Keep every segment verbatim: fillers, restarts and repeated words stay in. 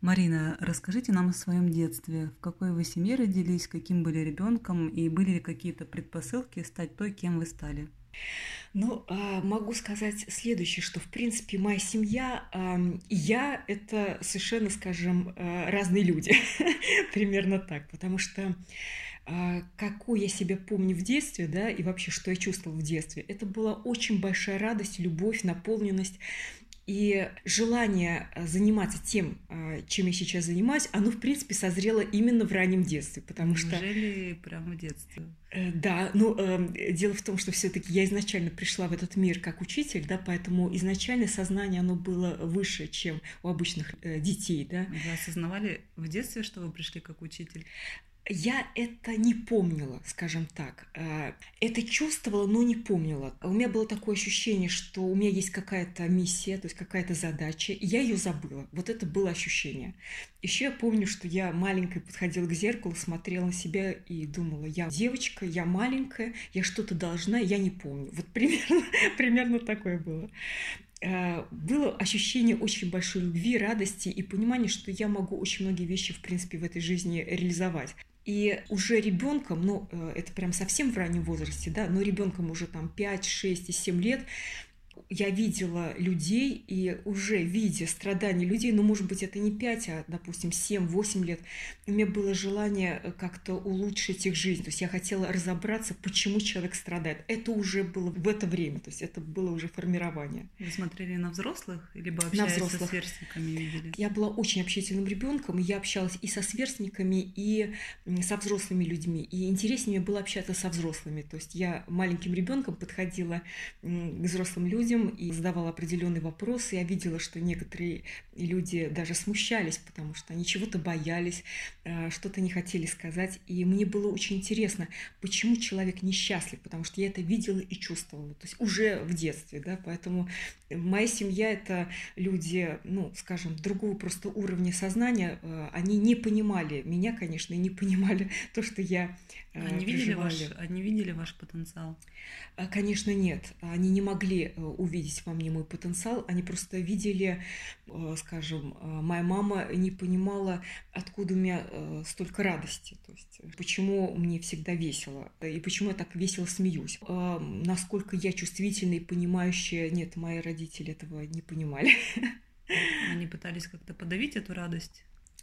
Марина, расскажите нам о своем детстве. В какой вы семье родились, каким были ребенком и были ли какие-то предпосылки стать той, кем вы стали? Ну, а, могу сказать следующее, что, в принципе, моя семья ам, и я– это совершенно, скажем, а, разные люди. Примерно так. Потому что а, какую я себя помню в детстве, да, и вообще, что я чувствовала в детстве, это была очень большая радость, любовь, наполненность. И желание а, заниматься тем, а, чем я сейчас занимаюсь, оно, в принципе, созрело именно в раннем детстве. Потому что Неужели прямо в детстве? Э, Да, ну, эм, дело в том, что все-таки я изначально пришла в этот мир как учитель, да, поэтому изначально сознание, оно было выше, чем у обычных э, детей, да. Вы осознавали в детстве, что вы пришли как учитель? Я это не помнила, скажем так. Э, Это чувствовала, но не помнила. У меня было такое ощущение, что у меня есть какая-то миссия, то есть какая-то задача, и я ее забыла. Вот это было ощущение. Еще я помню, что я маленькая подходила к зеркалу, смотрела на себя и думала, я девочка, я маленькая, я что-то должна, я не помню. Вот примерно, примерно такое было. Э, Было ощущение очень большой любви, радости и понимания, что я могу очень многие вещи, в принципе, в этой жизни реализовать. И уже ребенком, ну, э, это прям совсем в раннем возрасте, да, но ребенком уже там пять, шесть и семь лет, я видела людей, и уже видя страдания людей, ну, может быть, это не пять, а, допустим, семь-восемь лет, у меня было желание э, как-то улучшить их жизнь. То есть я хотела разобраться, почему человек страдает. Это уже было в это время, то есть это было уже формирование. Вы смотрели на взрослых, либо На общаясь со взрослых. сверстниками видели? Я была очень общительным ребенком, и я общалась и со сверстниками, и м, со взрослыми людьми. И интереснее мне было общаться со взрослыми. То есть я маленьким ребенком подходила м, к взрослым людям и задавала определенные вопросы. Я видела, что некоторые люди даже смущались, потому что они чего-то боялись, э, что-то не хотели сказать. И мне было очень интересно, почему человек несчастлив, потому что я это видела и чувствовала. То есть уже в детстве, да, поэтому моя семья– это люди, ну, скажем, другого просто уровня сознания, э, они не понимали меня, конечно, и не понимали то, что я э, Они видели ваш, проживала. они видели ваш потенциал? А, Конечно, нет. Они не могли э, увидеть во мне мой потенциал. Они просто видели, э, скажем, э, моя мама не понимала, откуда у меня э, столько радости. То есть, э, почему мне всегда весело, да, и почему я так весело смеюсь. Э, Насколько я чувствительная и понимающая, нет, мои родители этого не понимали. Они пытались как-то подавить эту радость?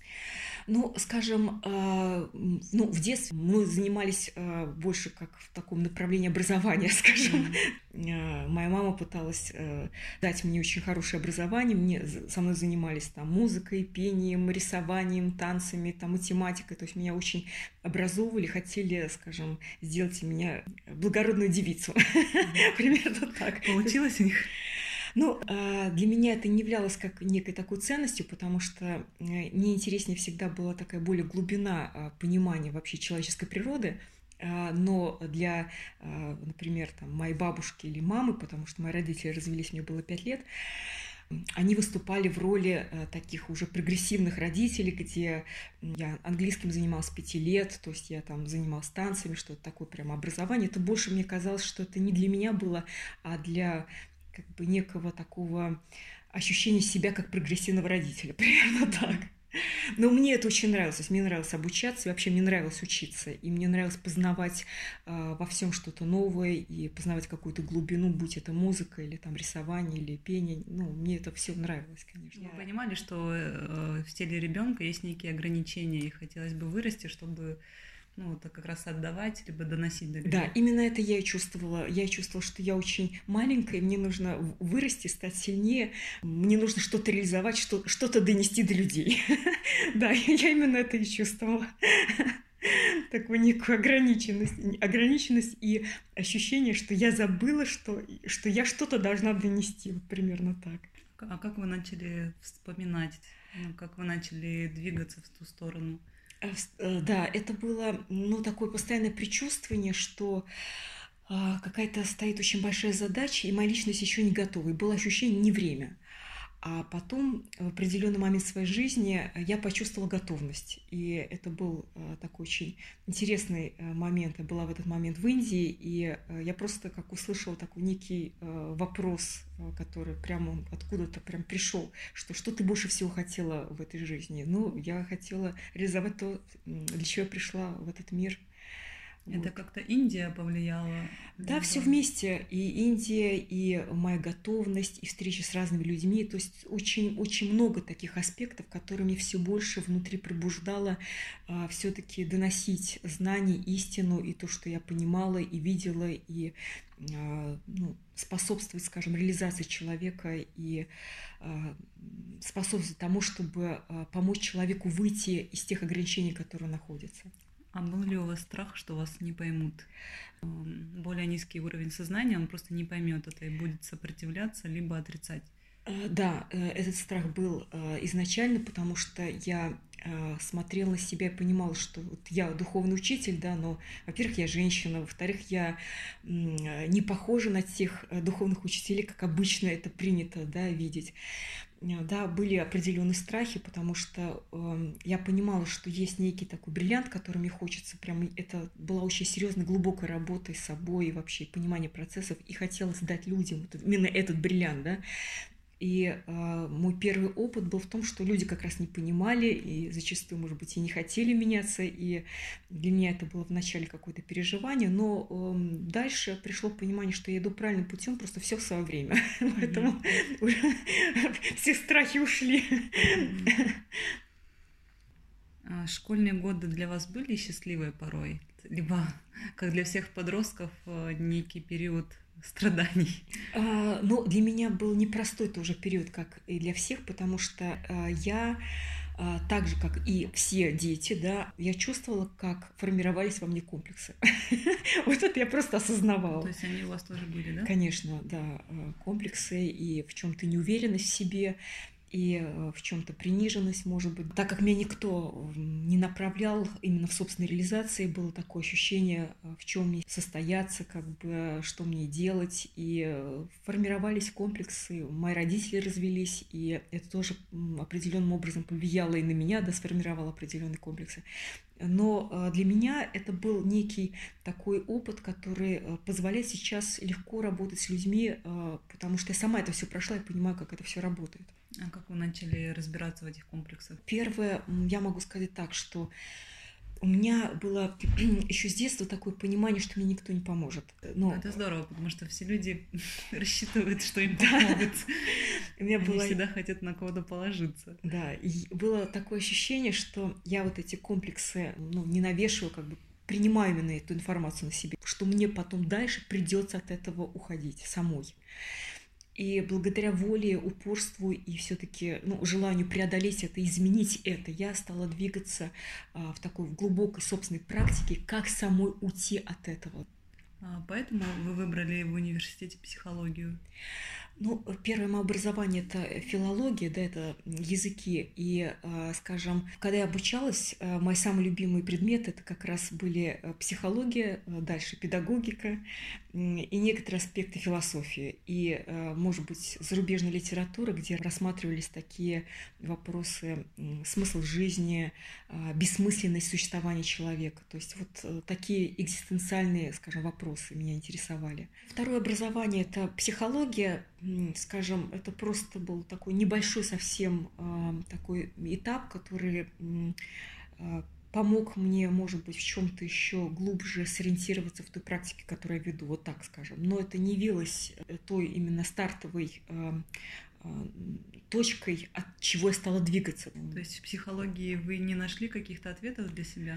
Ну, скажем, а, м, ну, в детстве мы занимались а, больше как в таком направлении образования, скажем. Мгм. А, Моя мама пыталась э, дать мне очень хорошее образование. Мне з- со мной занимались там музыкой, пением, рисованием, танцами, там математикой. То есть меня очень образовывали, хотели, скажем, сделать из меня благородную девицу. Примерно так. Получилось у них? Ну, а, для меня это не являлось как некой такой ценностью, потому что э, мне интереснее всегда была такая более глубина а, понимания вообще человеческой природы. А, Но для, а, например, там, моей бабушки или мамы, потому что мои родители развелись, мне было пять лет, м, они выступали в роли э, таких уже прогрессивных родителей, где м, я английским занималась с пяти лет, то есть я там занималась танцами, что-то такое прямо образование. Это больше мне казалось, что это не для меня было, а для как бы некого такого ощущения себя как прогрессивного родителя, примерно так. Мгм. Но мне это очень нравилось, то есть мне нравилось обучаться, и вообще мне нравилось учиться, и мне нравилось познавать э, во всем что-то новое, и познавать какую-то глубину, будь это музыка, или там рисование, или пение, ну, мне это все нравилось, конечно. Вы понимали, что э, в теле ребенка есть некие ограничения, и хотелось бы вырасти, чтобы ну, это как раз отдавать, либо доносить до Да, людей. именно это я и чувствовала. Я чувствовала, что я очень маленькая, мне нужно в- вырасти, стать сильнее, мне нужно что-то реализовать, что- что-то донести до людей. Да, я именно это и чувствовала. Такую некую ограниченность, ограниченность и ощущение, что я забыла, что, что я что-то должна донести. Вот примерно так. А как вы начали вспоминать, ну, как вы начали двигаться в ту сторону? Э, вс- э, Да, это было, ну, такое постоянное предчувствие, что а, какая-то стоит очень большая задача, и моя личность еще не готова. И было ощущение не время. А потом в определенный момент своей жизни я почувствовала готовность. И это был такой очень интересный момент. Я была в этот момент в Индии, и я просто как услышала такой некий вопрос, который прямо он откуда-то прям пришел, что что ты больше всего хотела в этой жизни? Ну, я хотела реализовать то, для чего я пришла в этот мир. Это Вот. как-то Индия повлияла? Да, либо... все вместе. И Индия, и моя готовность, и встречи с разными людьми. То есть очень, очень много таких аспектов, которые мне все больше внутри пробуждало а, все-таки доносить знания, истину, и то, что я понимала и видела, и а, ну, способствовать, скажем, реализации человека и а, способствовать тому, чтобы а, помочь человеку выйти из тех ограничений, которые он находится. А был ли у вас страх, что вас не поймут? Более низкий уровень сознания, он просто не поймет это и будет сопротивляться, либо отрицать. Да, этот страх был изначально, потому что я смотрела на себя и понимала, что вот я духовный учитель, да, но, во-первых, я женщина, во-вторых, я не похожа на тех духовных учителей, как обычно это принято, да, видеть. Да, были определенные страхи, потому что э, я понимала, что есть некий такой бриллиант, который мне хочется. Прям это была очень серьезная, глубокая работа с собой и вообще понимание процессов. И хотелось дать людям вот именно этот бриллиант, да. И э, мой первый опыт был в том, что люди как раз не понимали и зачастую, может быть, и не хотели меняться. И для меня это было вначале какое-то переживание, но э, дальше пришло понимание, что я иду правильным путем, просто все в свое время. Mm-hmm. Поэтому уже все страхи ушли. Mm-hmm. А школьные годы для вас были счастливые порой? Либо, как для всех подростков, некий период страданий? А, ну, для меня был непростой тоже период, как и для всех, потому что а, я, а, так же, как и все дети, да, я чувствовала, как формировались во мне комплексы. Вот это я просто осознавала. То есть они у вас тоже были, да? Конечно, да, комплексы и в чем-то неуверенность в себе, и в чем-то приниженность, может быть. Так как меня никто не направлял именно в собственной реализации, было такое ощущение, в чем мне состояться, как бы, что мне делать. И формировались комплексы. Мои родители развелись, и это тоже определенным образом повлияло и на меня, да, сформировало определенные комплексы. Но для меня это был некий такой опыт, который позволяет сейчас легко работать с людьми, потому что я сама это все прошла и понимаю, как это все работает. А как вы начали разбираться в этих комплексах? Первое, я могу сказать так, что у меня было еще с детства такое понимание, что мне никто не поможет. Но... Ну, это здорово, потому что все люди рассчитывают, что им помогут. У меня Они было... всегда хотят на кого-то положиться. Да, и было такое ощущение, что я вот эти комплексы, ну, не навешиваю, как бы принимаю именно эту информацию на себе, что мне потом дальше придется от этого уходить самой. И благодаря воле, упорству и все-таки ну, желанию преодолеть это, изменить это, я стала двигаться а, в такой в глубокой собственной практике, как самой уйти от этого. А, поэтому вы выбрали в университете психологию? Ну, первое мое образование – это филология, да, это языки. И, скажем, когда я обучалась, мои самые любимые предметы – это как раз были психология, дальше педагогика и некоторые аспекты философии. И, может быть, зарубежная литература, где рассматривались такие вопросы: смысл жизни, бессмысленность существования человека. То есть вот такие экзистенциальные, скажем, вопросы меня интересовали. Второе образование – это психология. Скажем, это просто был такой небольшой совсем э, такой этап, который э, помог мне, может быть, в чем-то еще глубже сориентироваться в той практике, которую я веду, вот так скажем. Но это не явилось той именно стартовой э, э, точкой, от чего я стала двигаться. То есть в психологии вы не нашли каких-то ответов для себя?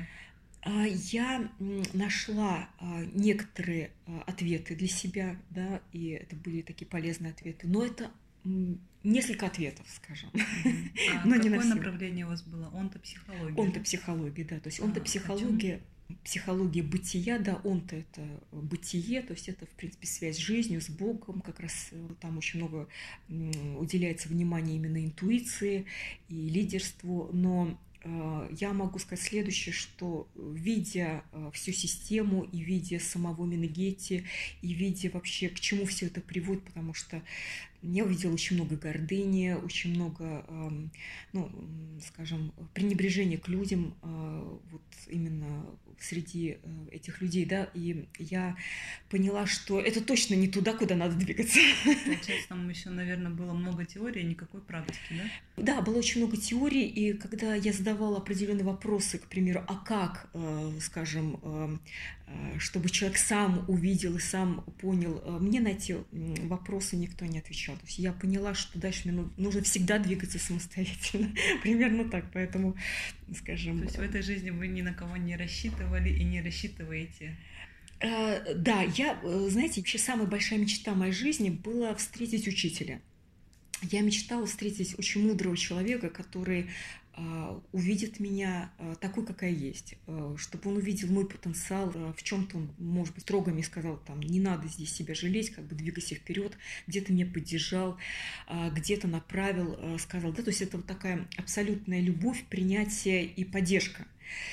Я нашла некоторые ответы для себя, да, и это были такие полезные ответы, но это несколько ответов, скажем. А но какое не направление у вас было? Онтопсихология? Онтопсихология, да, то есть онтопсихология, психология бытия, да, онто – это бытие, то есть это, в принципе, связь с жизнью, с Богом, как раз там очень много уделяется внимания именно интуиции и лидерству, но я могу сказать следующее, что видя всю систему и видя самого Менгетти, и видя вообще, к чему все это приводит, потому что Я увидела очень много гордыни, очень много, эм, ну, м, скажем, пренебрежения к людям, э, вот именно среди э, этих людей, да, и я поняла, что это точно не туда, куда надо двигаться. Получается, там еще, наверное, было много теории, никакой практики, да? Да, было очень много теорий, и когда я задавала определенные вопросы, к примеру, а как, э, скажем, э, э, чтобы человек сам увидел и сам понял, э, мне на эти м, вопросы никто не отвечал. То есть я поняла, что дальше мне ну- нужно всегда двигаться самостоятельно. Примерно так, поэтому, скажем... То есть в этой жизни вы ни на кого не рассчитывали и не рассчитываете? э, Да, я, э, знаете, вообще самая большая мечта моей жизни была встретить учителя. Я мечтала встретить очень мудрого человека, который а, увидит меня а, такой, какая есть, а, чтобы он увидел мой потенциал, а, в чем-то он, может быть, строго мне сказал, там, не надо здесь себя жалеть, как бы двигайся вперед, где-то меня поддержал, а, где-то направил, а, сказал, да, то есть это вот такая абсолютная любовь, принятие и поддержка.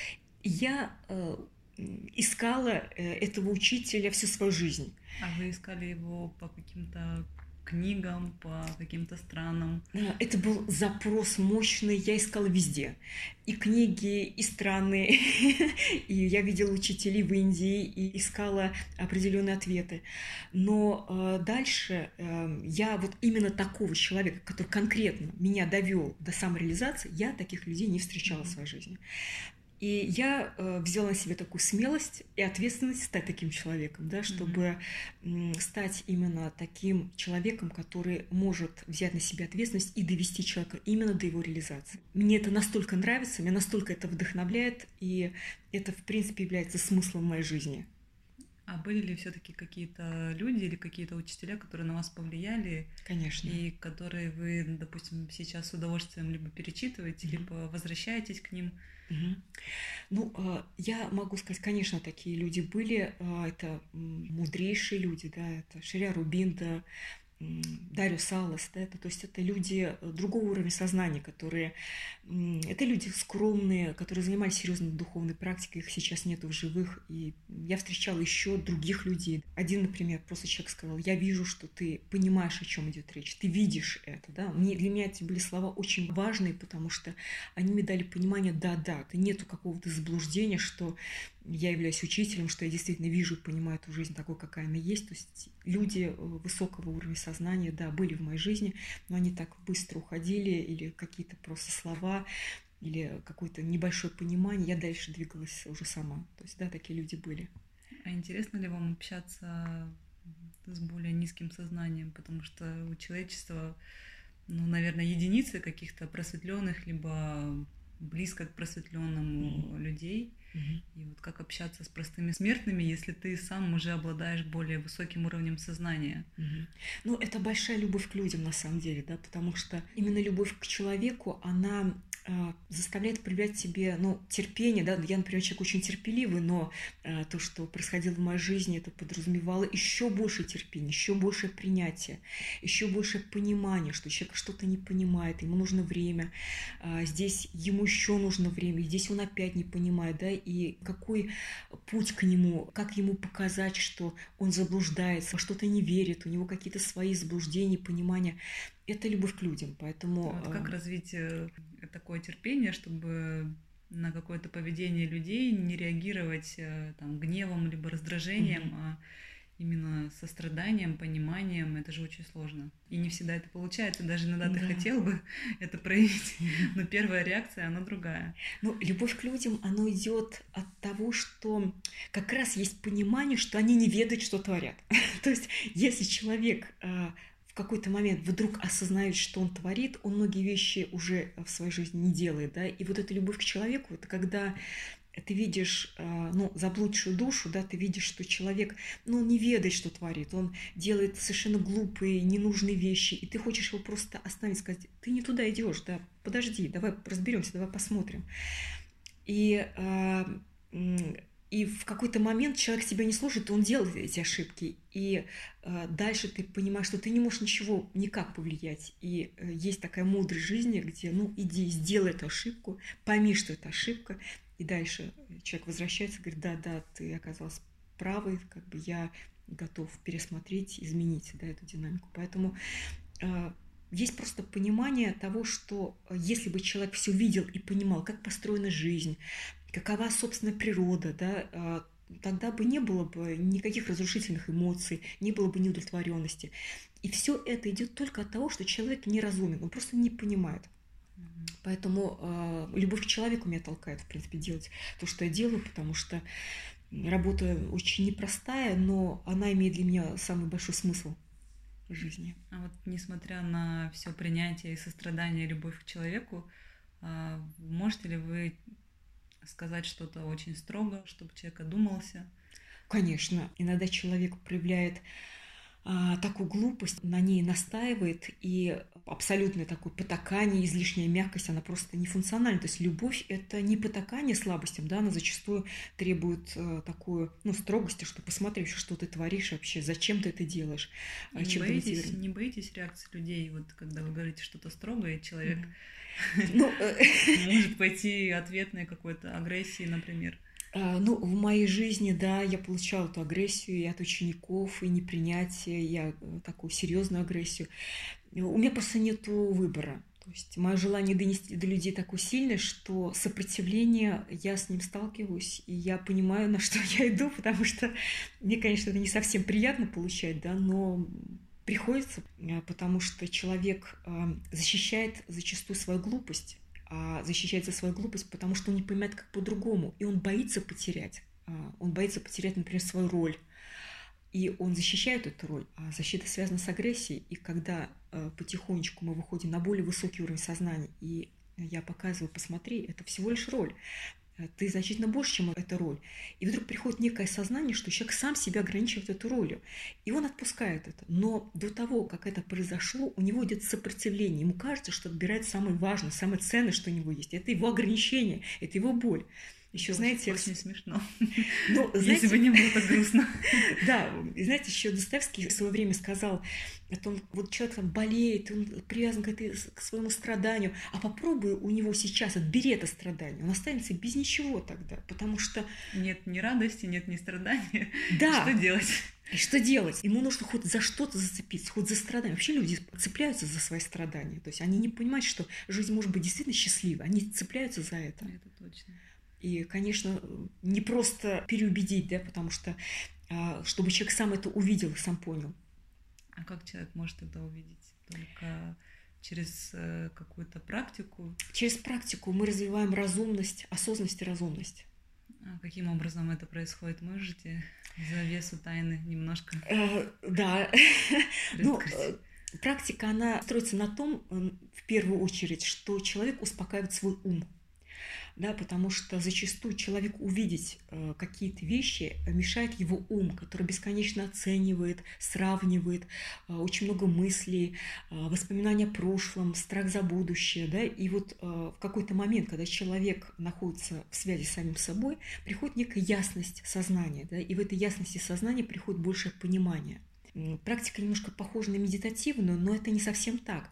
Я э, искала э, этого учителя всю свою жизнь. А вы искали его по каким-то книгам, по каким-то странам? Да, это был запрос мощный, я искала везде. И книги, и страны, и я видела учителей в Индии, и искала определенные ответы. Но э, дальше э, я вот именно такого человека, который конкретно меня довел до самореализации, я таких людей не встречала в своей жизни. И я э, взяла на себя такую смелость и ответственность стать таким человеком, да, чтобы mm-hmm. стать именно таким человеком, который может взять на себя ответственность и довести человека именно до его реализации. Мне это настолько нравится, меня настолько это вдохновляет, и это, в принципе, является смыслом моей жизни. А были ли все-таки какие-то люди или какие-то учителя, которые на вас повлияли? Конечно. И которые вы, допустим, сейчас с удовольствием либо перечитываете, mm-hmm. либо возвращаетесь к ним? Mm-hmm. Ну, я могу сказать, конечно, такие люди были. Это мудрейшие люди, да, это Шри Ауробиндо, Дарио Салас, да, это, то есть это люди другого уровня сознания, которые, это люди скромные, которые занимались серьезной духовной практикой, их сейчас нету в живых, и я встречала еще других людей. Один, например, просто человек сказал, я вижу, что ты понимаешь, о чем идет речь, ты видишь это, да, мне, для меня эти были слова очень важные, потому что они мне дали понимание, да-да, нету какого-то заблуждения, что я являюсь учителем, что я действительно вижу и понимаю эту жизнь такой, какая она есть. То есть люди высокого уровня сознания, да, были в моей жизни, но они так быстро уходили, или какие-то просто слова, или какое-то небольшое понимание, я дальше двигалась уже сама. То есть, да, такие люди были. А интересно ли вам общаться с более низким сознанием? Потому что у человечества, ну, наверное, единицы каких-то просветленных, либо близко к просветленному mm-hmm. людей. Mm-hmm. И вот как общаться с простыми смертными, если ты сам уже обладаешь более высоким уровнем сознания? Mm-hmm. Ну, это большая любовь к людям, на самом деле, да, потому что именно любовь к человеку, она э, заставляет проявлять себе, ну, терпение, да. Я, например, человек очень терпеливый, но э, то, что происходило в моей жизни, это подразумевало еще больше терпения, еще больше принятия, еще больше понимания, что человек что-то не понимает, ему нужно время, э, здесь ему еще нужно время, здесь он опять не понимает, да, и какой путь к нему, как ему показать, что он заблуждается, что-то не верит, у него какие-то свои заблуждения, понимания. Это любовь к людям, поэтому... Вот как развить такое терпение, чтобы на какое-то поведение людей не реагировать там, гневом либо раздражением, mm-hmm. а именно состраданием, пониманием, это же очень сложно. И не всегда это получается, даже иногда да. ты хотел бы это проявить, но первая реакция, она другая. Ну, любовь к людям, она идет от того, что как раз есть понимание, что они не ведают, что творят. То есть, если человек в какой-то момент вдруг осознает, что он творит, он многие вещи уже в своей жизни не делает, да, и вот эта любовь к человеку, это когда ты видишь, ну, заблудшую душу, да, ты видишь, что человек, ну, он не ведает, что творит, он делает совершенно глупые, ненужные вещи, и ты хочешь его просто остановить, сказать, ты не туда идешь, да, подожди, давай разберемся, давай посмотрим. И, и в какой-то момент человек тебя не слушает, он делает эти ошибки, и дальше ты понимаешь, что ты не можешь ничего никак повлиять, и есть такая мудрость жизни, где, ну, иди, сделай эту ошибку, пойми, что это ошибка. И дальше человек возвращается и говорит, да, да, ты оказалась правой, как бы я готов пересмотреть, изменить, да, эту динамику. Поэтому Есть просто понимание того, что если бы человек все видел и понимал, как построена жизнь, какова собственная природа, да, тогда бы не было бы никаких разрушительных эмоций, не было бы неудовлетворенности. И все это идет только от того, что человек неразумен, он просто не понимает. Mm-hmm. Поэтому э, любовь к человеку меня толкает, в принципе, делать то, что я делаю, потому что работа очень непростая, но она имеет для меня самый большой смысл в жизни. А вот несмотря на все принятие и сострадание, любовь к человеку, э, можете ли вы сказать что-то очень строго, чтобы человек одумался? Конечно, иногда человек проявляет а, такую глупость, на ней настаивает, и абсолютное такое потакание, излишняя мягкость, она просто не функциональна. То есть любовь – это не потакание слабостям, да, она зачастую требует а, такую, ну, строгости, что посмотри, что ты творишь вообще, зачем ты это делаешь. Не, чем боитесь, не боитесь реакции людей, вот когда вы говорите что-то строгое, человек mm-hmm. может пойти ответной какой-то агрессии, например? Ну, в моей жизни, да, я получала эту агрессию и от учеников, и непринятие, я такую серьезную агрессию. У меня просто нет выбора. То есть мое желание донести до людей такое сильное, что сопротивление, я с ним сталкиваюсь, и я понимаю, на что я иду, потому что мне, конечно, это не совсем приятно получать, да, но приходится, потому что человек защищает зачастую свою глупость, а защищает за свою глупость, потому что он не понимает, как по-другому, и он боится потерять. Он боится потерять, например, свою роль. И он защищает эту роль. А защита связана с агрессией. И когда потихонечку мы выходим на более высокий уровень сознания, и я показываю, посмотри, это всего лишь роль. Ты значительно больше, чем эта роль. И вдруг приходит некое сознание, что человек сам себя ограничивает эту ролью. И он отпускает это. Но до того, как это произошло, у него идет сопротивление. Ему кажется, что отбирает самое важное, самое ценное, что у него есть. Это его ограничение, это его боль. Еще, это знаете, очень, очень смешно. Но, знаете, если бы не было так грустно. Да, знаете, еще Достоевский в свое время сказал, о том, вот человек там болеет, он привязан к, этой, к своему страданию, а попробуй у него сейчас, отбери это страдание, он останется без ничего тогда, потому что... Нет ни радости, нет ни страдания. Да. Что делать? И что делать? Ему нужно хоть за что-то зацепиться, хоть за страдания. Вообще люди цепляются за свои страдания. То есть они не понимают, что жизнь может быть действительно счастливой. Они цепляются за это. Это точно. И, конечно, не просто переубедить, да, потому что чтобы человек сам это увидел и сам понял. А как человек может это увидеть? Только через какую-то практику? Через практику мы развиваем разумность, осознанность и разумность. А каким образом это происходит? Можете завесу тайны немножко? Э, да. Ну, практика, она строится на том, в первую очередь, что человек успокаивает свой ум. Да, потому что зачастую человек увидеть э, какие-то вещи мешает его ум, который бесконечно оценивает, сравнивает, э, очень много мыслей, э, воспоминания о прошлом, страх за будущее. Да, и вот э, в какой-то момент, когда человек находится в связи с самим собой, приходит некая ясность сознания, да, и в этой ясности сознания приходит большее понимание. Практика немножко похожа на медитативную, но это не совсем так.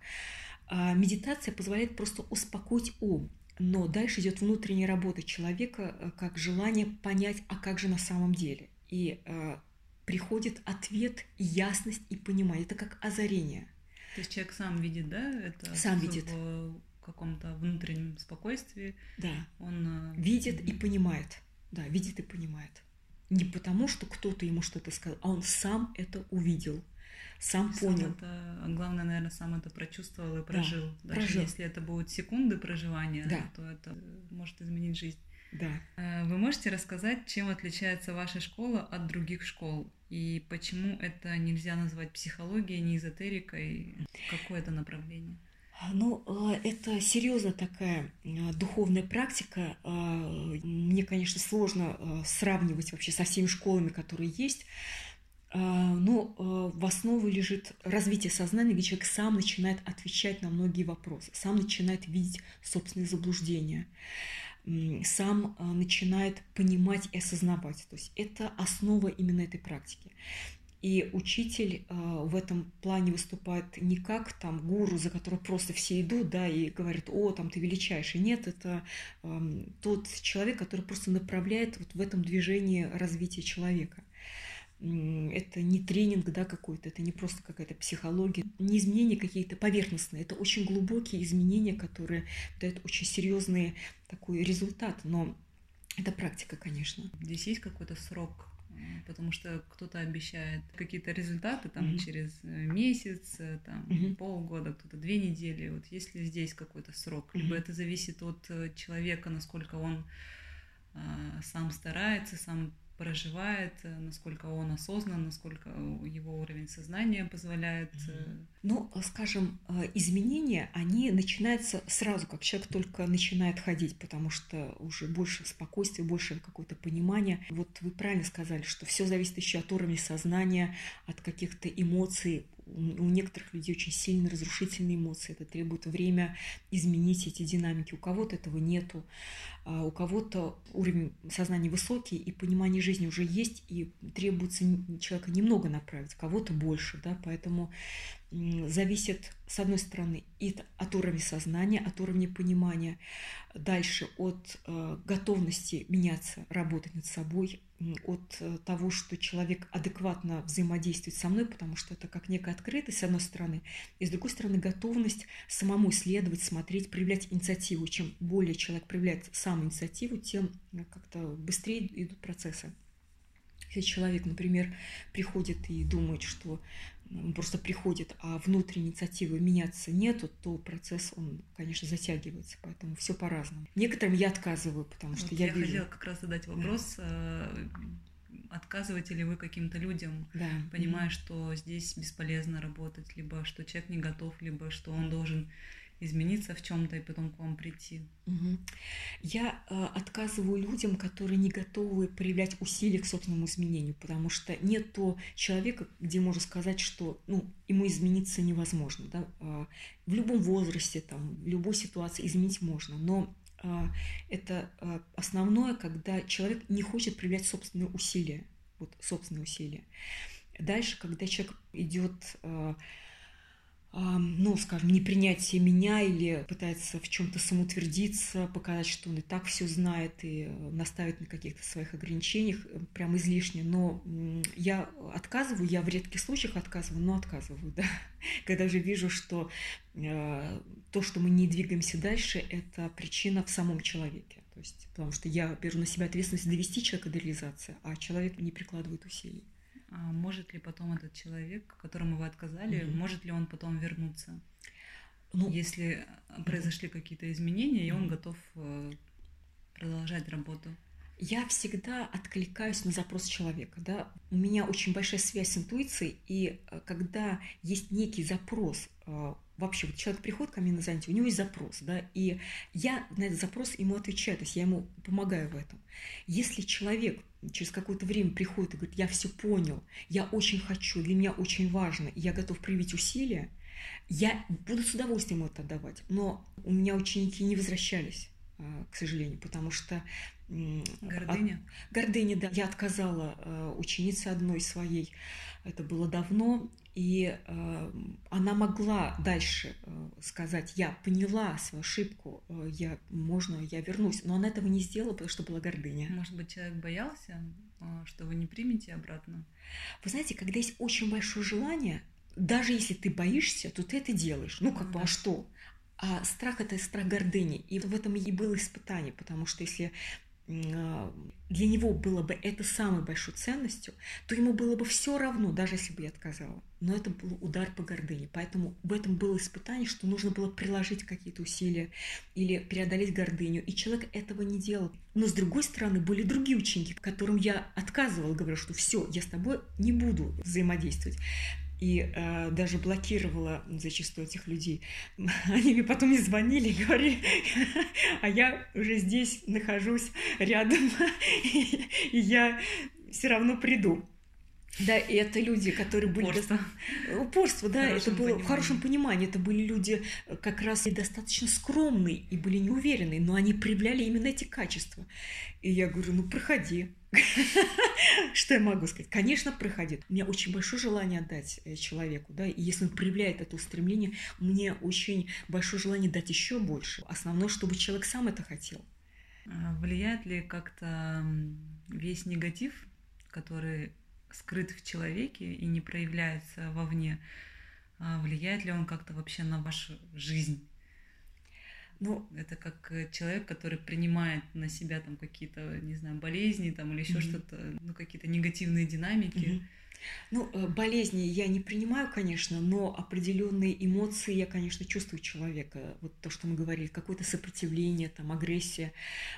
А медитация позволяет просто успокоить ум. Но дальше идет внутренняя работа человека, как желание понять, а как же на самом деле. И э, приходит ответ, ясность и понимание. Это как озарение. То есть человек сам видит, да, это? Сам видит. В каком-то внутреннем спокойствии. Да. Он видит mm-hmm. и понимает. Да, видит и понимает. Не потому, что кто-то ему что-то сказал, а он сам это увидел. Сам, сам понял. Это, главное, наверное, сам это прочувствовал и прожил. Да, Даже прожил. если это будут секунды проживания, да. то это может изменить жизнь. Да. Вы можете рассказать, чем отличается ваша школа от других школ? И почему это нельзя назвать психологией, не эзотерикой? Какое это направление? Ну, это серьезная такая духовная практика. Мне, конечно, сложно сравнивать вообще со всеми школами, которые есть. Но в основу лежит развитие сознания, где человек сам начинает отвечать на многие вопросы, сам начинает видеть собственные заблуждения, сам начинает понимать и осознавать. То есть это основа именно этой практики. И учитель в этом плане выступает не как там гуру, за которого просто все идут, да, и говорят: о, там ты величайший. Нет, это тот человек, который просто направляет вот в этом движении развития человека. это не тренинг, да, какой-то, это не просто какая-то психология, не изменения какие-то поверхностные, это очень глубокие изменения, которые дают очень серьезный такой результат, но это практика, конечно. Здесь есть какой-то срок, потому что кто-то обещает какие-то результаты там Мгм. через месяц, там Мгм. полгода, кто-то две недели. Вот есть ли здесь какой-то срок? Либо Мгм. это зависит от человека, насколько он а, сам старается, сам проживает, насколько он осознан, насколько его уровень сознания позволяет. Ну, скажем, изменения, они начинаются сразу, как человек только начинает ходить, потому что уже больше спокойствия, больше какое-то понимание. Вот вы правильно сказали, что все зависит еще от уровня сознания, от каких-то эмоций. У некоторых людей очень сильные разрушительные эмоции. Это требует время изменить эти динамики. У кого-то этого нету. А у кого-то уровень сознания высокий, и понимание жизни уже есть, и требуется человека немного направить, у кого-то больше, да, поэтому зависит, с одной стороны, и от уровня сознания, от уровня понимания, дальше от э, готовности меняться, работать над собой, от э, того, что человек адекватно взаимодействует со мной, потому что это как некая открытость, с одной стороны, и с другой стороны, готовность самому исследовать, смотреть, проявлять инициативу. Чем более человек проявляет сам инициативу, тем как-то быстрее идут процессы. Если человек, например, приходит и думает, что он просто приходит, а внутренней инициативы меняться нету, то процесс, он, конечно, затягивается. Поэтому все по-разному. Некоторым я отказываю, потому что вот я, я вижу... хотела как раз задать вопрос, да. Отказываете ли вы каким-то людям, да. понимая, mm-hmm. что здесь бесполезно работать, либо что человек не готов, либо что он должен измениться в чем-то и потом к вам прийти? Угу. Я э, отказываю людям, которые не готовы проявлять усилия к собственному изменению, потому что нет то человека, где можно сказать, что ну, ему измениться невозможно. Да? Э, в любом возрасте, там, в любой ситуации изменить можно, но э, это э, основное, когда человек не хочет проявлять собственные усилия. Вот, собственные усилия. Дальше, когда человек идет... Э, ну, скажем, непринятие меня или пытается в чем-то самоутвердиться, показать, что он и так все знает и наставить на каких-то своих ограничениях, прям излишне. Но я отказываю, я в редких случаях отказываю, но отказываю, да. Когда же вижу, что э, то, что мы не двигаемся дальше, это причина в самом человеке. То есть, потому что я беру на себя ответственность довести человека до реализации, а человек не прикладывает усилий. А может ли потом этот человек, которому вы отказали, mm-hmm. может ли он потом вернуться? Ну, если mm-hmm. произошли какие-то изменения, mm-hmm. и он готов продолжать работу? Я всегда откликаюсь на запрос человека. Да? У меня очень большая связь с интуицией, и когда есть некий запрос, вообще вот человек приходит ко мне на занятие, у него есть запрос, да, и я на этот запрос ему отвечаю, то есть я ему помогаю в этом. Если человек через какое-то время приходит и говорит, я все понял, я очень хочу, для меня очень важно, и я готов проявить усилия, я буду с удовольствием ему это отдавать. Но у меня ученики не возвращались, к сожалению, потому что... Гордыня? От... Гордыня, да. Я отказала ученице одной своей, это было давно, и э, она могла дальше э, сказать, я поняла свою ошибку, э, я, можно, я вернусь, но она этого не сделала, потому что была гордыня. Может быть, человек боялся, что вы не примете обратно? Вы знаете, когда есть очень большое желание, даже если ты боишься, то ты это делаешь. Ну, как бы, а что? А страх – это страх гордыни. И в этом и было испытание, потому что если для него было бы это самой большой ценностью, то ему было бы все равно, даже если бы я отказала. Но это был удар по гордыне. Поэтому в этом было испытание, что нужно было приложить какие-то усилия или преодолеть гордыню. И человек этого не делал. Но с другой стороны, были другие ученики, которым я отказывала, говорю, что все, я с тобой не буду взаимодействовать. И э, даже блокировала зачастую этих людей. Они мне потом не звонили и говорили, а я уже здесь нахожусь рядом, и, и я все равно приду. Да, и это люди, которые были... Упорство. Упорство, да, это было понимании. в хорошем понимании. Это были люди как раз достаточно скромные и были неуверенные, но они проявляли именно эти качества. И я говорю, ну, проходи. Что я могу сказать? Конечно, проходит. У меня очень большое желание отдать человеку, да, и если он проявляет это устремление, мне очень большое желание дать еще больше. Основное, чтобы человек сам это хотел. Влияет ли как-то весь негатив, который скрыт в человеке и не проявляется вовне, а влияет ли он как-то вообще на вашу жизнь? Ну, это как человек, который принимает на себя там какие-то, не знаю, болезни там или еще mm-hmm. что-то, ну, какие-то негативные динамики. Mm-hmm. Ну, болезни я не принимаю, конечно, но определенные эмоции я, конечно, чувствую человека. Вот то, что мы говорили, какое-то сопротивление, там, агрессия.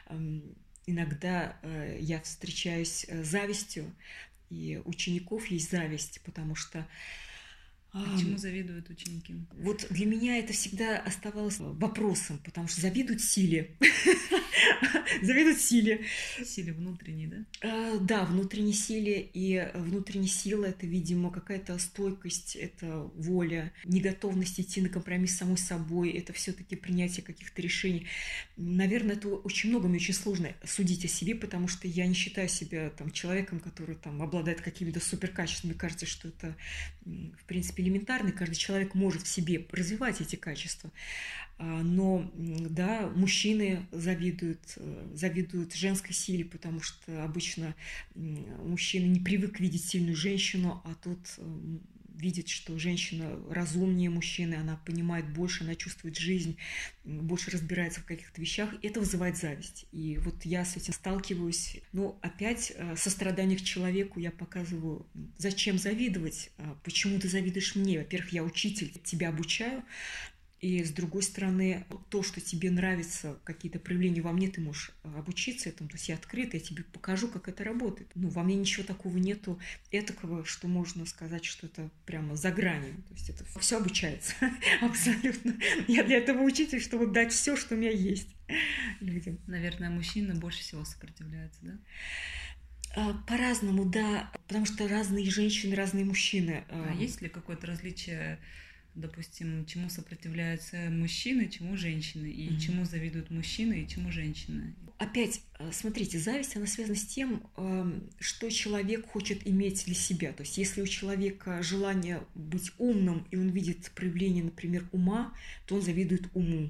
Иногда я встречаюсь с завистью, и у учеников есть зависть, потому что... А чему завидуют ученики? Вот для меня это всегда оставалось вопросом, потому что завидуют силе. Завидуют силе. Силе внутренней, да? А, да, внутренней силе. И внутренняя сила – это, видимо, какая-то стойкость, это воля, неготовность идти на компромисс с самой собой, это все-таки принятие каких-то решений. Наверное, это очень много, мне очень сложно судить о себе, потому что я не считаю себя там, человеком, который там, обладает какими-то суперкачествами. Мне кажется, что это, в принципе, элементарно, каждый человек может в себе развивать эти качества. Но, да, мужчины завидуют, завидуют женской силе, потому что обычно мужчина не привык видеть сильную женщину, а тут видит, что женщина разумнее мужчины, она понимает больше, она чувствует жизнь, больше разбирается в каких-то вещах. Это вызывает зависть. И вот я с этим сталкиваюсь. Но опять сострадание к человеку я показываю, зачем завидовать, почему ты завидуешь мне. Во-первых, я учитель, тебя обучаю. И с другой стороны, то, что тебе нравится, какие-то проявления во мне, ты можешь обучиться этому. То есть я открыта, я тебе покажу, как это работает. Ну, во мне ничего такого нету этакого, что можно сказать, что это прямо за гранью. То есть это все обучается абсолютно. Я для этого учитель, чтобы дать все, что у меня есть людям. Наверное, мужчины больше всего сопротивляются, да? По-разному, да, потому что разные женщины, разные мужчины. А есть ли какое-то различие, допустим, чему сопротивляются мужчины, чему женщины, и mm-hmm. чему завидуют мужчины, и чему женщины? Опять, смотрите, зависть, она связана с тем, что человек хочет иметь для себя. То есть, если у человека желание быть умным, и он видит проявление, например, ума, то он завидует уму.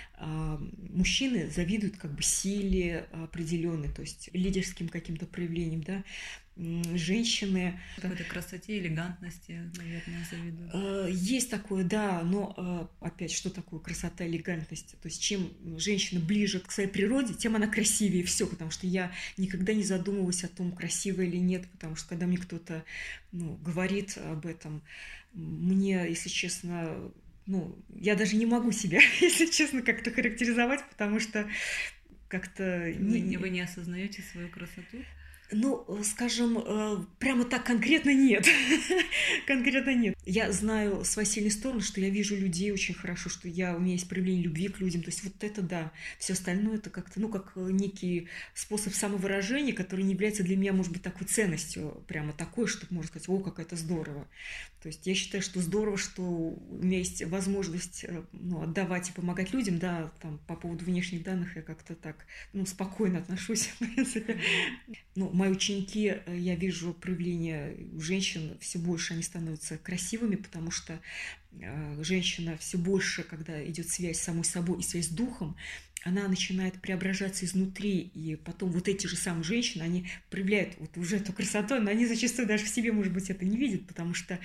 Мужчины завидуют как бы силе определенной, то есть лидерским каким-то проявлением, да. Женщины... Какой-то красоте, элегантности, наверное, завидуют. Есть такое, да, но опять, что такое красота, элегантность? То есть чем женщина ближе к своей природе, тем она красивее, все, потому что я никогда не задумываюсь о том, красивая или нет, потому что когда мне кто-то ну, говорит об этом, мне, если честно... Ну, я даже не могу себя, если честно, как-то характеризовать, потому что как-то... Вы не, вы не осознаете свою красоту? Ну, скажем, прямо так конкретно нет. Конкретно нет. Я знаю свои сильные стороны, что я вижу людей очень хорошо, что я, у меня есть проявление любви к людям. То есть вот это да. Все остальное это как-то, ну, как некий способ самовыражения, который не является для меня, может быть, такой ценностью, прямо такой, чтобы можно сказать, о, как это здорово. То есть я считаю, что здорово, что у меня есть возможность ну, отдавать и помогать людям, да, там, по поводу внешних данных я как-то так, ну, спокойно отношусь, в принципе. Ну, мои ученики, я вижу проявление у женщин все больше, они становятся красивыми, потому что женщина все больше, когда идет связь с самой собой и связь с духом, она начинает преображаться изнутри, и потом вот эти же самые женщины, они проявляют вот уже эту красоту, но они зачастую даже в себе, может быть, это не видят, потому что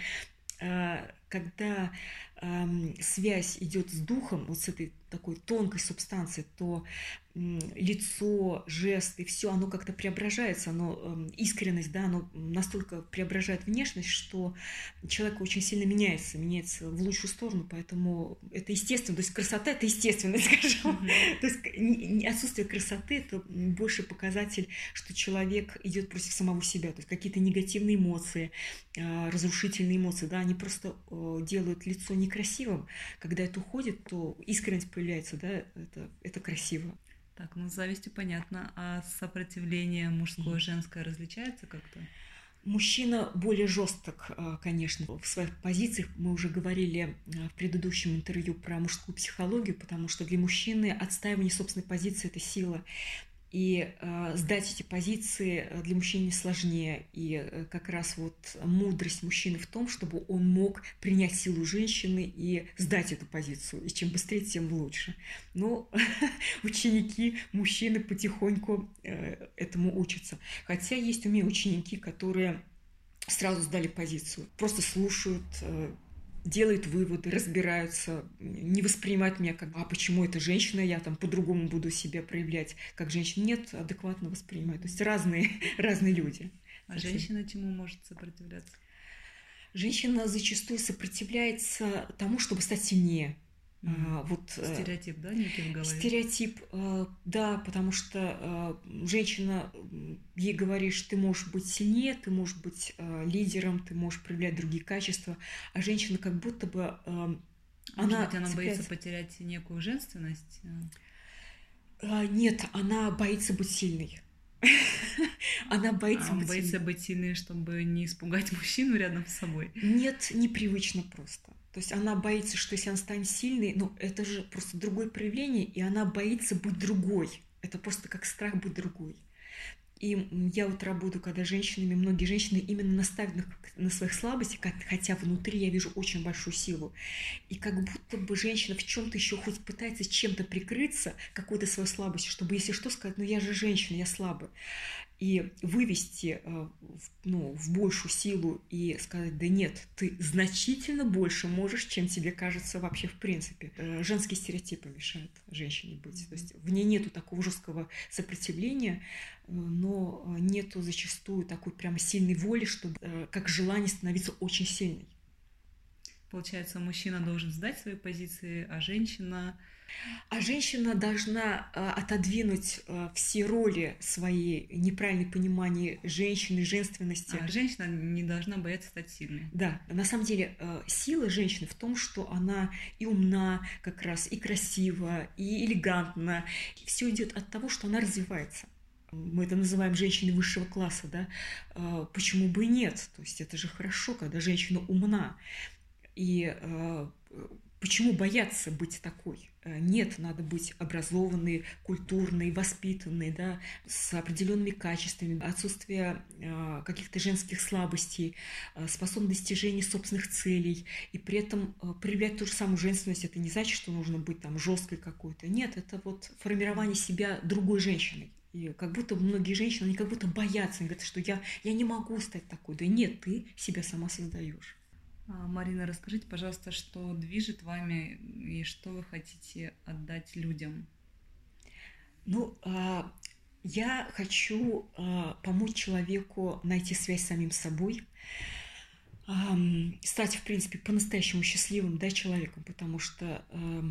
когда связь идет с духом, вот с этой такой тонкой субстанцией, то лицо, жесты, все, оно как-то преображается, оно, искренность, да, оно настолько преображает внешность, что человек очень сильно меняется, меняется в лучшую сторону, поэтому это естественно, то есть красота – это естественно, скажем. Mm-hmm. То есть отсутствие красоты – это больше показатель, что человек идет против самого себя, то есть какие-то негативные эмоции, разрушительные эмоции, да, они просто делают лицо некрасивым. Когда это уходит, то искренность появляется, да, это, это красиво. Так, ну с завистью понятно. А сопротивление мужское и женское различается как-то? Мужчина более жесток, конечно, в своих позициях. Мы уже говорили в предыдущем интервью про мужскую психологию, потому что для мужчины отстаивание собственной позиции – это сила. И э, сдать эти позиции для мужчины сложнее. И э, как раз вот мудрость мужчины в том, чтобы он мог принять силу женщины и сдать эту позицию. И чем быстрее, тем лучше. Но ученики, мужчины потихоньку э, этому учатся. Хотя есть у меня ученики, которые сразу сдали позицию. Просто слушают, делают выводы, разбираются, не воспринимают меня как, а почему это женщина, я там по-другому буду себя проявлять как женщина. Нет, адекватно воспринимают. То есть разные, разные люди. А женщина чему может сопротивляться? Женщина зачастую сопротивляется тому, чтобы стать сильнее. Mm. А, вот, стереотип, да, некий в голове? Стереотип, да, потому что женщина, ей говоришь, ты можешь быть сильнее, ты можешь быть лидером, ты можешь проявлять другие качества, а женщина как будто бы... Может она быть, она боится потерять некую женственность? Нет, она боится быть сильной. Она боится, а быть, боится сильной. быть сильной, чтобы не испугать мужчину рядом с собой? Нет, непривычно просто. То есть она боится, что если она станет сильной, ну это же просто другое проявление, и она боится быть другой. Это просто как страх быть другой. И я вот работаю, когда женщинами, многие женщины именно наставят на, на своих слабостях, хотя внутри я вижу очень большую силу. И как будто бы женщина в чем-то еще хоть пытается чем-то прикрыться, какой-то своей слабостью, чтобы, если что, сказать, ну я же женщина, я слабая. И вывести ну, в большую силу и сказать, да нет, ты значительно больше можешь, чем тебе кажется вообще в принципе. Женские стереотипы мешают женщине быть. То есть в ней нету такого жесткого сопротивления, но нету зачастую такой прям сильной воли, чтобы как желание становиться очень сильной. Получается, мужчина должен сдать свои позиции, а женщина... А женщина должна отодвинуть все роли свои, неправильное понимание женщины, женственности. А женщина не должна бояться стать сильной. Да, на самом деле сила женщины в том, что она и умна как раз, и красива, и элегантна. Все идет от того, что она развивается. Мы это называем женщиной высшего класса, да? Почему бы и нет? То есть это же хорошо, когда женщина умна. И почему бояться быть такой? Нет, надо быть образованной, культурной, воспитанной, да, с определенными качествами, отсутствие э, каких-то женских слабостей, э, способность достижения собственных целей, и при этом э, проявлять ту же самую женственность. Это не значит, что нужно быть там жесткой какой-то. Нет, это вот формирование себя другой женщиной. И как будто многие женщины, они как будто боятся, они говорят, что я, я не могу стать такой. Да нет, ты себя сама создаешь. Марина, расскажите, пожалуйста, что движет вами и что вы хотите отдать людям? Ну, я хочу помочь человеку найти связь с самим собой, стать, в принципе, по-настоящему счастливым, да, человеком, потому что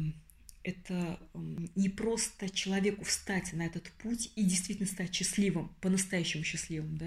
это не просто человеку встать на этот путь и действительно стать счастливым, по-настоящему счастливым,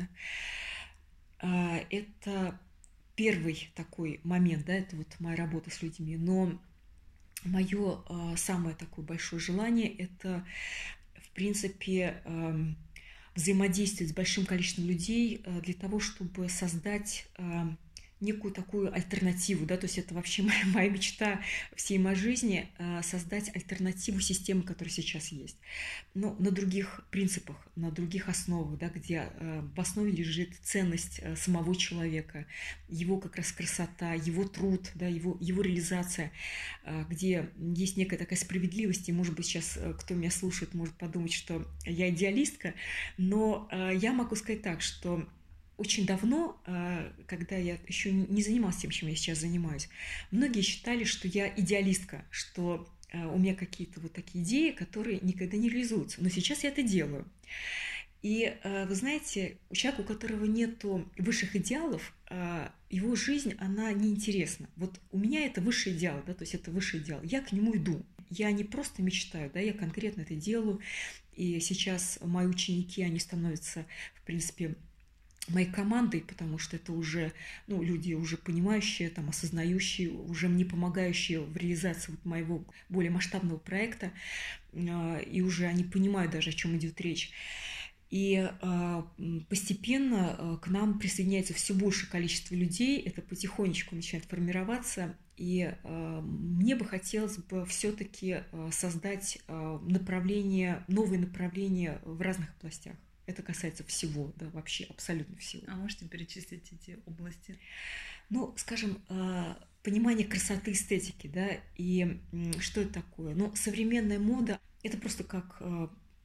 да. Это первый такой момент, да, это вот моя работа с людьми, но мое э, самое такое большое желание – это, в принципе, э, взаимодействовать с большим количеством людей э, для того, чтобы создать э, некую такую альтернативу, да, то есть это вообще моя, моя мечта всей моей жизни – создать альтернативу системе, которая сейчас есть, но на других принципах, на других основах, да, где в основе лежит ценность самого человека, его как раз красота, его труд, да, его, его реализация, где есть некая такая справедливость, и, может быть, сейчас кто меня слушает, может подумать, что я идеалистка, но я могу сказать так, что очень давно, когда я еще не занималась тем, чем я сейчас занимаюсь, многие считали, что я идеалистка, что у меня какие-то вот такие идеи, которые никогда не реализуются. Но сейчас я это делаю. И вы знаете, у человека, у которого нету высших идеалов, его жизнь, она неинтересна. Вот у меня это высший идеал, да, то есть это высший идеал. Я к нему иду. Я не просто мечтаю, да, я конкретно это делаю. И сейчас мои ученики, они становятся, в принципе, моей командой, потому что это уже, ну, люди уже понимающие, там, осознающие, уже мне помогающие в реализации вот моего более масштабного проекта, и уже они понимают даже, о чем идет речь. И постепенно к нам присоединяется все большее количество людей, это потихонечку начинает формироваться, и мне бы хотелось бы все-таки создать направление, новые направления в разных областях. Это касается всего, да, вообще абсолютно всего. А можете перечислить эти области? Ну, скажем, понимание красоты, эстетики, да, и что это такое? Ну, современная мода – это просто как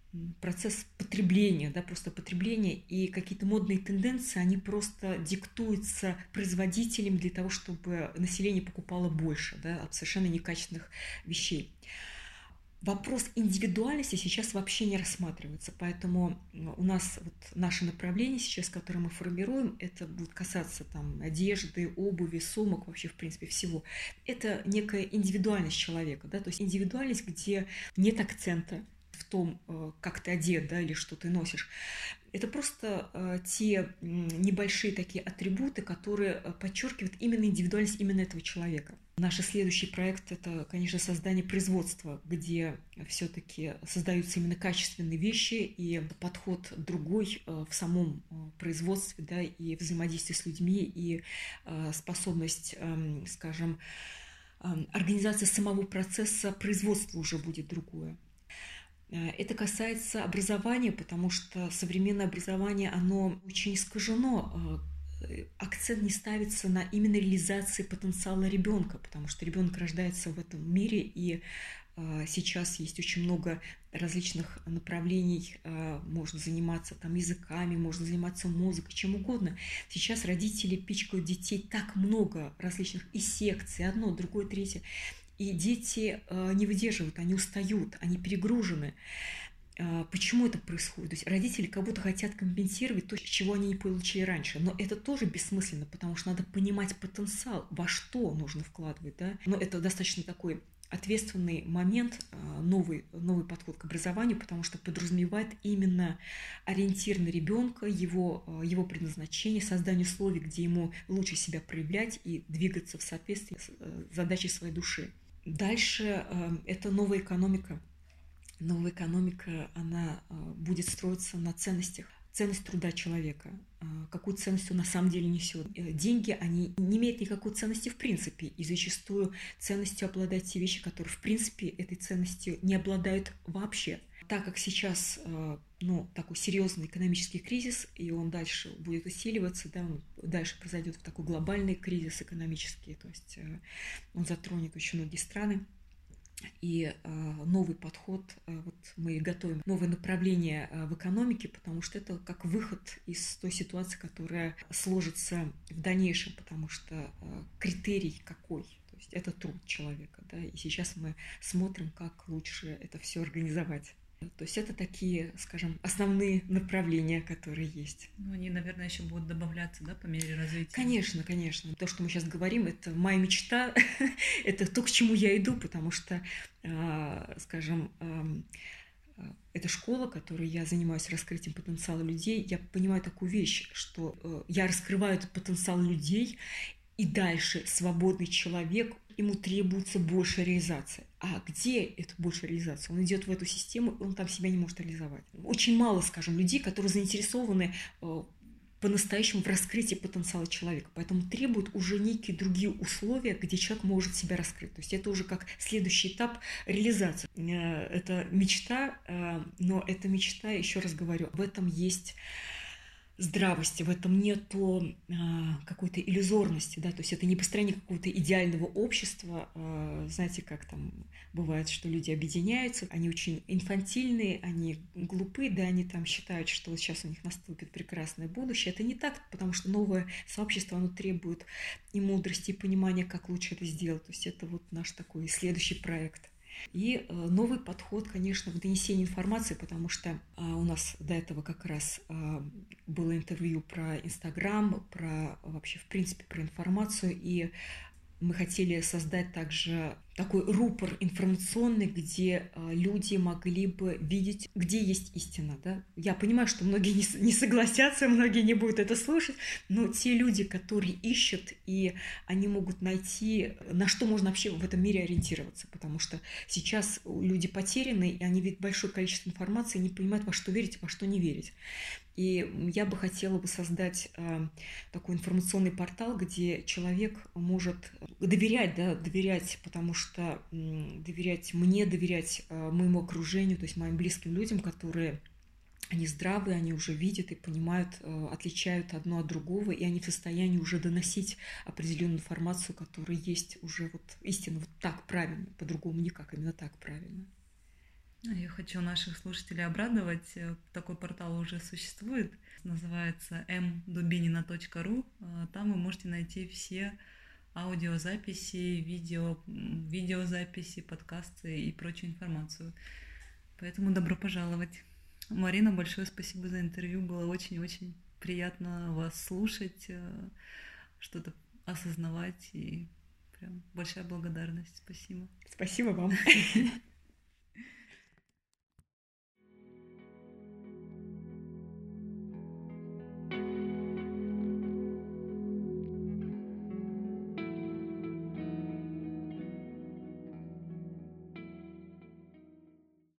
процесс потребления, да, просто потребления, и какие-то модные тенденции, они просто диктуются производителем для того, чтобы население покупало больше, да, от совершенно некачественных вещей. Вопрос индивидуальности сейчас вообще не рассматривается, поэтому у нас вот наше направление сейчас, которое мы формируем, это будет касаться там одежды, обуви, сумок, вообще в принципе всего. Это некая индивидуальность человека, да, то есть индивидуальность, где нет акцента в том, как ты одет, да, или что ты носишь. Это просто э, те небольшие такие атрибуты, которые подчеркивают именно индивидуальность именно этого человека. Наш следующий проект – это, конечно, создание производства, где все-таки создаются именно качественные вещи и подход другой э, в самом э, производстве, да, и взаимодействие с людьми, и э, способность, э, скажем, э, организация самого процесса производства уже будет другое. Это касается образования, потому что современное образование, оно очень искажено. Акцент не ставится на именно реализации потенциала ребенка, потому что ребенок рождается в этом мире, и сейчас есть очень много различных направлений, можно заниматься там языками, можно заниматься музыкой, чем угодно. Сейчас родители пичкают детей так много различных и секций, одно, другое, третье. И дети не выдерживают, они устают, они перегружены. Почему это происходит? То есть родители как будто хотят компенсировать то, чего они не получили раньше. Но это тоже бессмысленно, потому что надо понимать потенциал, во что нужно вкладывать. Да? Но это достаточно такой ответственный момент, новый, новый подход к образованию, потому что подразумевает именно ориентир на ребенка, его, его предназначение, создание условий, где ему лучше себя проявлять и двигаться в соответствии с задачей своей души. Дальше это новая экономика. Новая экономика, она будет строиться на ценностях. Ценность труда человека, какую ценность он на самом деле несет. Деньги, они не имеют никакой ценности в принципе, и зачастую ценностью обладают те вещи, которые в принципе этой ценностью не обладают вообще. Так как сейчас ну, такой серьезный экономический кризис, и он дальше будет усиливаться, да, он дальше произойдет такой глобальный кризис экономический, то есть он затронет очень многие страны. И э, новый подход, э, вот мы готовим новое направление э, в экономике, потому что это как выход из той ситуации, которая сложится в дальнейшем, потому что э, критерий какой? То есть это труд человека, да, и сейчас мы смотрим, как лучше это все организовать. То есть это такие, скажем, основные направления, которые есть. Ну, они, наверное, еще будут добавляться, да, по мере развития. Конечно, конечно. То, что мы сейчас говорим, это моя мечта, это то, к чему я иду, потому что, скажем, эта школа, которой я занимаюсь раскрытием потенциала людей, я понимаю такую вещь, что я раскрываю этот потенциал людей, и дальше свободный человек, ему требуется больше реализации. А где эта большая реализация? Он идет в эту систему, он там себя не может реализовать. Очень мало, скажем, людей, которые заинтересованы по-настоящему в раскрытии потенциала человека. Поэтому требуют уже некие другие условия, где человек может себя раскрыть. То есть это уже как следующий этап реализации. Это мечта, но эта мечта, еще раз говорю, в этом есть здравости, в этом нету а, какой-то иллюзорности, да, то есть это не построение какого-то идеального общества, а, знаете, как там бывает, что люди объединяются, они очень инфантильные, они глупые, да, они там считают, что вот сейчас у них наступит прекрасное будущее. Это не так, потому что новое сообщество, оно требует и мудрости, и понимания, как лучше это сделать, то есть это вот наш такой следующий проект. И новый подход, конечно, в донесении информации, потому что у нас до этого как раз было интервью про Инстаграм, про вообще, в принципе, про информацию, и мы хотели создать также такой рупор информационный, где люди могли бы видеть, где есть истина. Да? Я понимаю, что многие не согласятся, многие не будут это слушать, но те люди, которые ищут, и они могут найти, на что можно вообще в этом мире ориентироваться, потому что сейчас люди потеряны, и они видят большое количество информации, и не понимают, во что верить, во что не верить. И я бы хотела бы создать э, такой информационный портал, где человек может доверять, да, доверять, потому что э, доверять мне, доверять э, моему окружению, то есть моим близким людям, которые, они здравые, они уже видят и понимают, э, отличают одно от другого, и они в состоянии уже доносить определенную информацию, которая есть уже вот истинно вот так правильно, по-другому никак, именно так правильно. Я хочу наших слушателей обрадовать. Такой портал уже существует. Называется эм дубинина точка ру. Там вы можете найти все аудиозаписи, видео, видеозаписи, подкасты и прочую информацию. Поэтому добро пожаловать. Марина, большое спасибо за интервью. Было очень-очень приятно вас слушать, что-то осознавать. И прям большая благодарность. Спасибо. Спасибо вам.